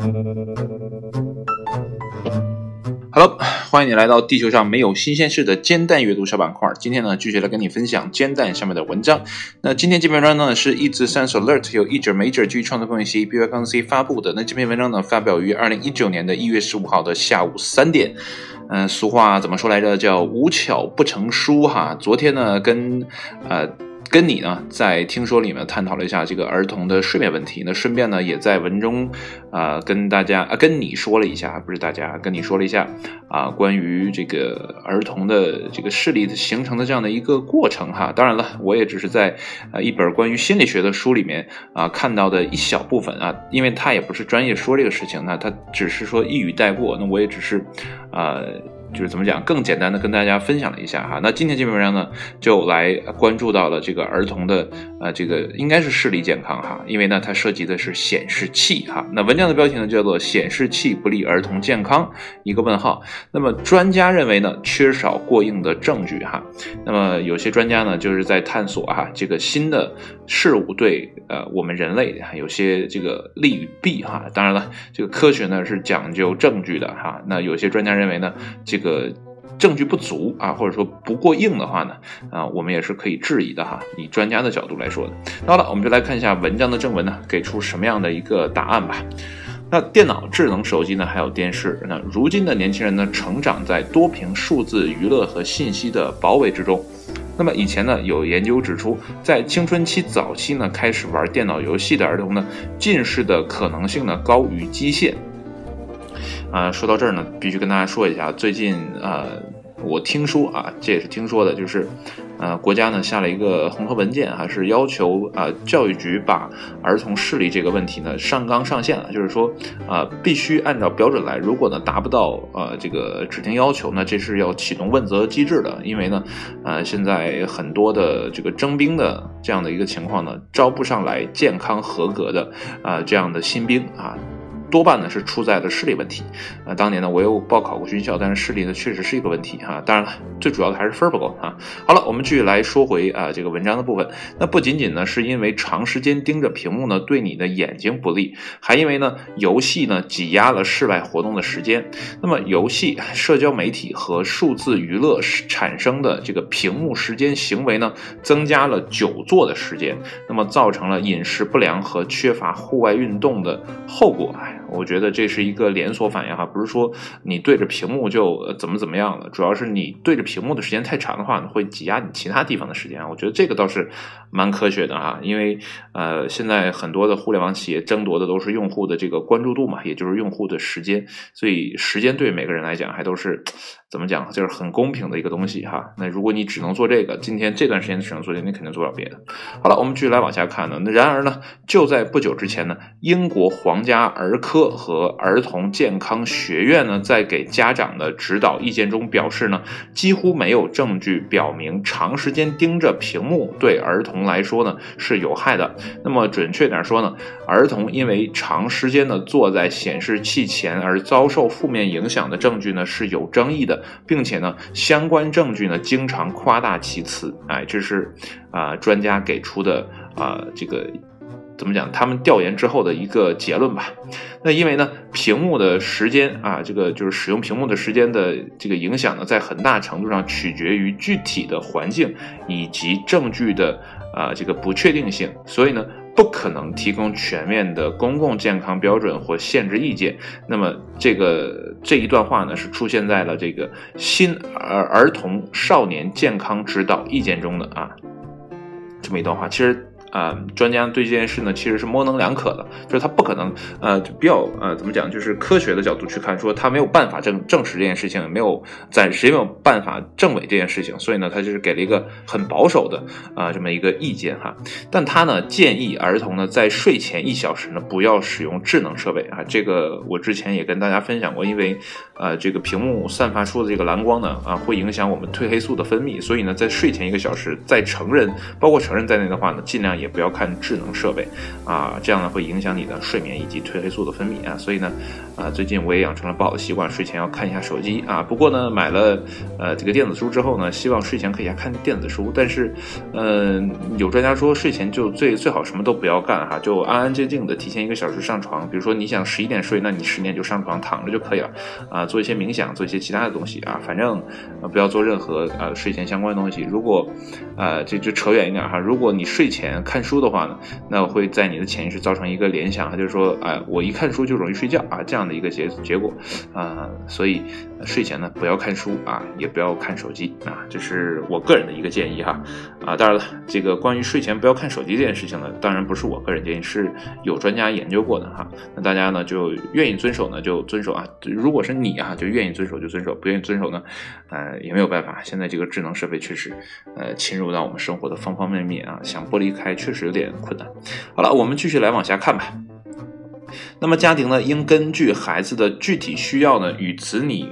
Hello， 欢迎你来到地球上没有新鲜事的煎蛋阅读小板块。今天呢，继续来跟你分享煎蛋上面的文章。那今天这篇文章呢，是译自 Science Alert 由译者梅基基于创作分析 BY-C 发布的。那这篇文章呢，发表于2019年的1月15号的下午3点。俗话怎么说来着？叫无巧不成书哈。昨天呢，跟你呢在听说里面探讨了一下这个儿童的睡眠问题，那顺便呢也在文中跟你说了一下，不是大家跟你说了一下关于这个儿童的这个视力形成的这样的一个过程哈。当然了，我也只是在一本关于心理学的书里面看到的一小部分因为他也不是专业说这个事情，那他只是说一语带过，那我也只是就是怎么讲，更简单的跟大家分享了一下哈。那今天这篇文章呢，就来关注到了这个儿童的这个应该是视力健康哈，因为呢它涉及的是显示器哈。那文章的标题呢叫做显示器不利儿童健康一个问号。那么专家认为呢缺少过硬的证据哈。那么有些专家呢就是在探索这个新的事物对我们人类有些这个利与弊哈。当然了，这个科学呢是讲究证据的哈。那有些专家认为呢这个证据不足或者说不过硬的话呢我们也是可以质疑的哈，以专家的角度来说的。好了，我们就来看一下文章的正文呢给出什么样的一个答案吧。那电脑、智能手机呢还有电视，那如今的年轻人呢成长在多屏数字娱乐和信息的包围之中。那么以前呢有研究指出，在青春期早期呢开始玩电脑游戏的儿童呢近视的可能性呢高于基线。说到这儿呢，必须跟大家说一下，最近我听说这也是听说的，就是国家呢下了一个红头文件是要求教育局把儿童视力这个问题呢上纲上线了，就是说必须按照标准来，如果呢达不到这个指定要求，那这是要启动问责机制的。因为呢现在很多的这个征兵的这样的一个情况呢，招不上来健康合格的这样的新兵多半呢是出在了视力问题。当年呢我有报考过军校，但是视力呢确实是一个问题当然了，最主要的还是分不够好了，我们继续来说回这个文章的部分。那不仅仅呢是因为长时间盯着屏幕呢对你的眼睛不利，还因为呢游戏呢挤压了室外活动的时间。那么游戏、社交媒体和数字娱乐产生的这个屏幕时间行为呢增加了久坐的时间，那么造成了饮食不良和缺乏户外运动的后果。我觉得这是一个连锁反应不是说你对着屏幕就怎么样了，主要是你对着屏幕的时间太长的话呢，会挤压你其他地方的时间我觉得这个倒是蛮科学的因为现在很多的互联网企业争夺的都是用户的这个关注度嘛，也就是用户的时间，所以时间对每个人来讲还都是怎么讲，就是很公平的一个东西那如果你只能做这个，今天这段时间只能做这个，你肯定做不了别的。好了，我们继续来往下看呢。那然而呢，就在不久之前呢，英国皇家儿科和儿童健康学院呢，在给家长的指导意见中表示呢，几乎没有证据表明长时间盯着屏幕对儿童来说呢是有害的。那么准确点说呢，儿童因为长时间的坐在显示器前而遭受负面影响的证据呢是有争议的，并且呢相关证据呢经常夸大其词。这是专家给出的这个怎么讲，他们调研之后的一个结论吧。那因为呢屏幕的时间这个就是使用屏幕的时间的这个影响呢在很大程度上取决于具体的环境以及证据的这个不确定性，所以呢不可能提供全面的公共健康标准或限制意见。那么这一段话呢是出现在了这个新儿童少年健康指导意见中的这么一段话。其实专家对这件事呢其实是模棱两可的，就是他不可能就比较怎么讲，就是科学的角度去看，说他没有办法证实这件事情，暂时没有办法证伪这件事情，所以呢他就是给了一个很保守的这么一个意见但他呢建议儿童呢在睡前1小时呢不要使用智能设备这个我之前也跟大家分享过，因为这个屏幕散发出的这个蓝光呢会影响我们褪黑素的分泌，所以呢在睡前1个小时，在包括成人在内的话呢，尽量也不要看智能设备啊，这样呢会影响你的睡眠以及褪黑素的分泌啊。所以呢最近我也养成了不好的习惯，睡前要看一下手机啊。不过呢买了这个电子书之后呢，希望睡前可以看电子书，但是有专家说睡前就最好什么都不要干哈，就安安静静的提前1个小时上床。比如说你想11点睡，那你10点就上床躺着就可以了啊，做一些冥想，做一些其他的东西啊，反正不要做任何睡前相关的东西。如果这就扯远一点哈，如果你睡前看书的话呢，那会在你的潜意识造成一个联想，就是说我一看书就容易睡觉啊，这样的一个结果所以睡前呢不要看书啊，也不要看手机啊，这是我个人的一个建议哈当然了，这个关于睡前不要看手机这件事情呢，当然不是我个人建议，是有专家研究过的哈。那大家呢就愿意遵守呢就遵守啊，如果是你就愿意遵守就遵守，不愿意遵守呢也没有办法。现在这个智能设备确实侵入到我们生活的方方面面啊，想剥离开确实有点困难。好了，我们继续来往下看吧。那么家庭呢，应根据孩子的具体需要呢，与子女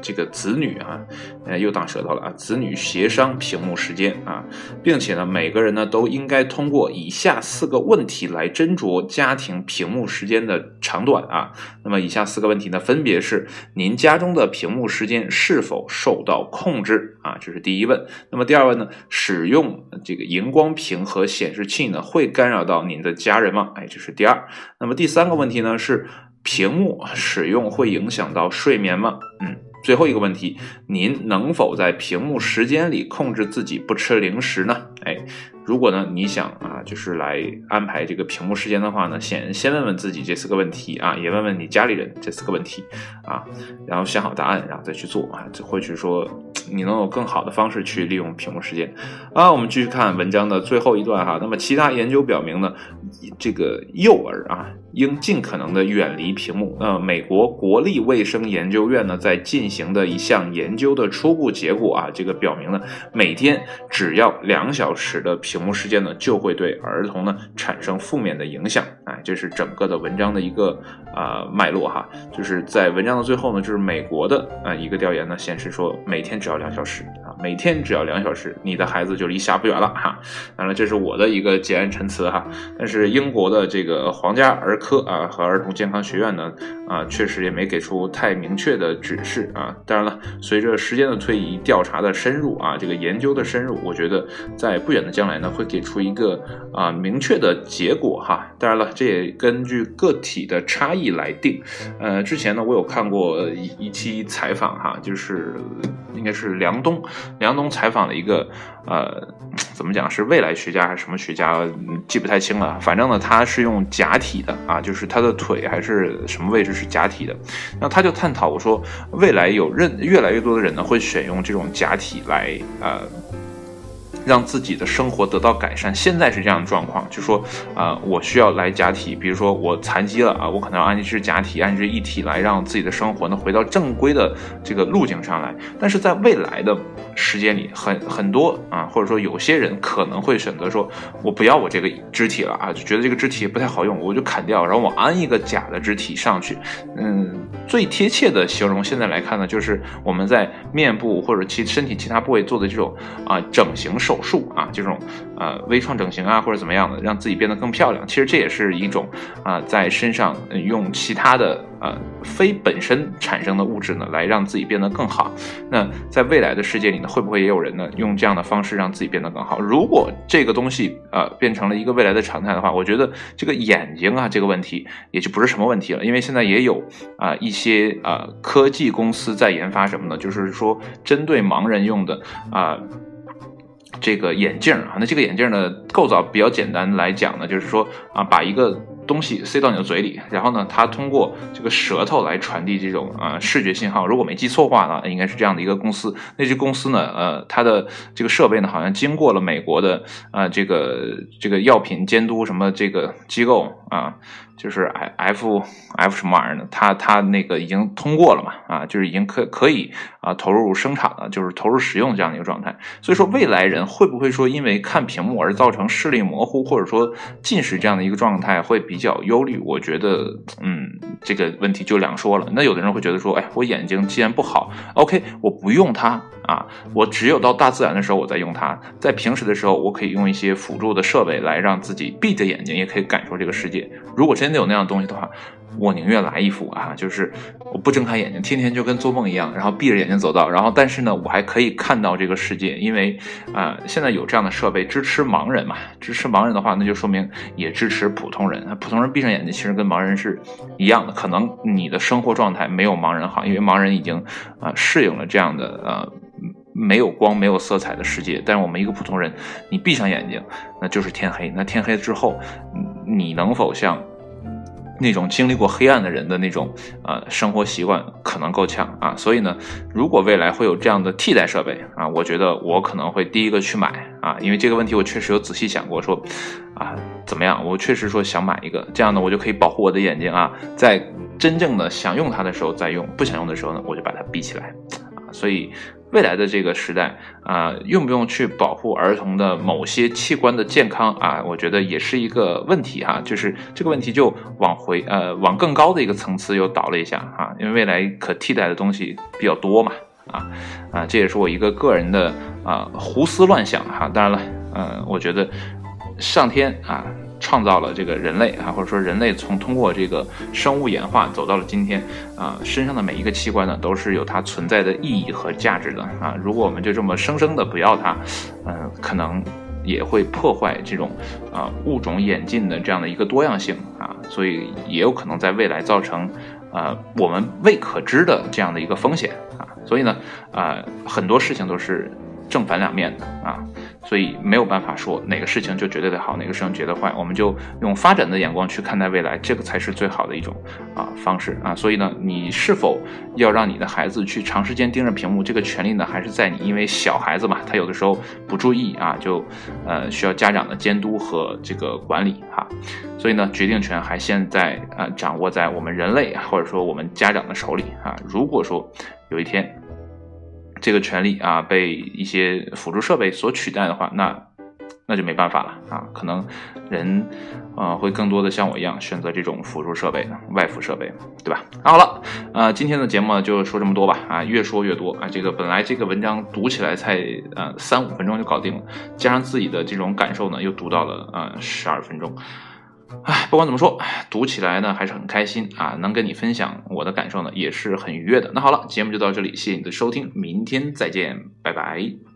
又当舌头了子女协商屏幕时间并且呢，每个人呢都应该通过以下4个问题来斟酌家庭屏幕时间的长短那么以下4个问题呢，分别是您家中的屏幕时间是否受到控制这是第一问。那么第二问呢，使用这个荧光屏和显示器呢，会干扰到您的家人吗？这是第二。那么第3个问题呢，是屏幕使用会影响到睡眠吗？最后一个问题，您能否在屏幕时间里控制自己不吃零食呢？如果呢你想就是来安排这个屏幕时间的话呢，先问问自己这4个问题也问问你家里人这4个问题然后想好答案，然后再去做或许说你能有更好的方式去利用屏幕时间我们继续看文章的最后一段那么其他研究表明呢，这个幼儿应尽可能的远离屏幕。美国国立卫生研究院呢在进行的一项研究的初步结果这个表明呢，每天只要2小时的屏幕时间呢，就会对儿童呢产生负面的影响这是整个的文章的一个脉络就是在文章的最后呢，就是美国的一个调研呢显示说，每天只要2小时每天只要2小时，你的孩子就离瞎不远了当然这是我的一个结案陈词但是英国的这个皇家儿科和儿童健康学院呢确实也没给出太明确的指示当然了，随着时间的推移，调查的深入这个研究的深入，我觉得在不远的将来呢，会给出一个明确的结果当然了，这也根据个体的差异来定。之前呢，我有看过一期采访就是应该是梁冬采访的一个怎么讲，是未来学家还是什么学家记不太清了，反正呢他是用假体的就是他的腿还是什么位置是假体的。那他就探讨我说，未来有越来越多的人呢会选用这种假体来让自己的生活得到改善。现在是这样的状况，就说我需要来假体，比如说我残疾了我可能要安置假体，安置一体来让自己的生活呢回到正规的这个路径上来。但是在未来的时间里，很多或者说有些人可能会选择说，我不要我这个肢体了就觉得这个肢体不太好用，我就砍掉，然后我安一个假的肢体上去。最贴切的形容现在来看呢，就是我们在面部或者身体其他部位做的这种整形手术这种微创整形或者怎么样的，让自己变得更漂亮。其实这也是一种在身上用其他的非本身产生的物质呢，来让自己变得更好。那在未来的世界里呢，会不会也有人呢用这样的方式让自己变得更好？如果这个东西变成了一个未来的常态的话，我觉得这个眼睛这个问题也就不是什么问题了。因为现在也有一些科技公司在研发什么呢，就是说针对盲人用的这个眼镜那这个眼镜的构造比较简单来讲呢，就是说把一个东西塞到你的嘴里，然后呢它通过这个舌头来传递这种视觉信号。如果没记错的话呢，应该是这样的一个公司。那这公司呢它的这个设备呢好像经过了美国的这个药品监督什么这个机构就是 F 什么玩意儿呢，它那个已经通过了嘛就是已经可以投入生产了，就是投入使用这样的一个状态。所以说未来人会不会说因为看屏幕而造成视力模糊或者说近视这样的一个状态会比较忧虑？我觉得这个问题就两说了。那有的人会觉得说，哎，我眼睛既然不好 OK 我不用它我只有到大自然的时候我再用它，在平时的时候我可以用一些辅助的设备来让自己闭着眼睛也可以感受这个世界。如果真的有那样的东西的话，我宁愿来一副就是我不睁开眼睛，天天就跟做梦一样，然后闭着眼睛走道，然后但是呢我还可以看到这个世界。因为现在有这样的设备支持盲人嘛，支持盲人的话那就说明也支持普通人。普通人闭上眼睛其实跟盲人是一样的，可能你的生活状态没有盲人好，因为盲人已经适应了这样的没有光没有色彩的世界。但是我们一个普通人，你闭上眼睛那就是天黑，那天黑之后你能否像那种经历过黑暗的人的那种生活习惯可能够呛所以呢如果未来会有这样的替代设备我觉得我可能会第一个去买因为这个问题我确实有仔细想过，说怎么样，我确实说想买一个，这样呢我就可以保护我的眼睛在真正的想用它的时候再用，不想用的时候呢我就把它闭起来所以未来的这个时代用不用去保护儿童的某些器官的健康我觉得也是一个问题就是这个问题就往更高的一个层次又倒了一下因为未来可替代的东西比较多嘛这也是我一个个人的胡思乱想当然了我觉得上天创造了这个人类或者说人类通过这个生物演化走到了今天身上的每一个器官呢都是有它存在的意义和价值的如果我们就这么生生的不要它可能也会破坏这种物种演进的这样的一个多样性所以也有可能在未来造成我们未可知的这样的一个风险所以呢很多事情都是正反两面的所以没有办法说哪个事情就绝对的好，哪个事情绝对坏，我们就用发展的眼光去看待未来，这个才是最好的一种方式所以呢你是否要让你的孩子去长时间盯着屏幕，这个权利呢还是在你，因为小孩子嘛，他有的时候不注意就需要家长的监督和这个管理所以呢决定权还现在掌握在我们人类或者说我们家长的手里如果说有一天这个权利被一些辅助设备所取代的话，那就没办法了可能人会更多的像我一样选择这种辅助设备外辅设备，对吧？好了今天的节目就说这么多吧越说越多这个本来这个文章读起来才3-5分钟就搞定了，加上自己的这种感受呢又读到了12分钟。不管怎么说，读起来呢还是很开心能跟你分享我的感受呢也是很愉悦的。那好了，节目就到这里，谢谢你的收听，明天再见，拜拜。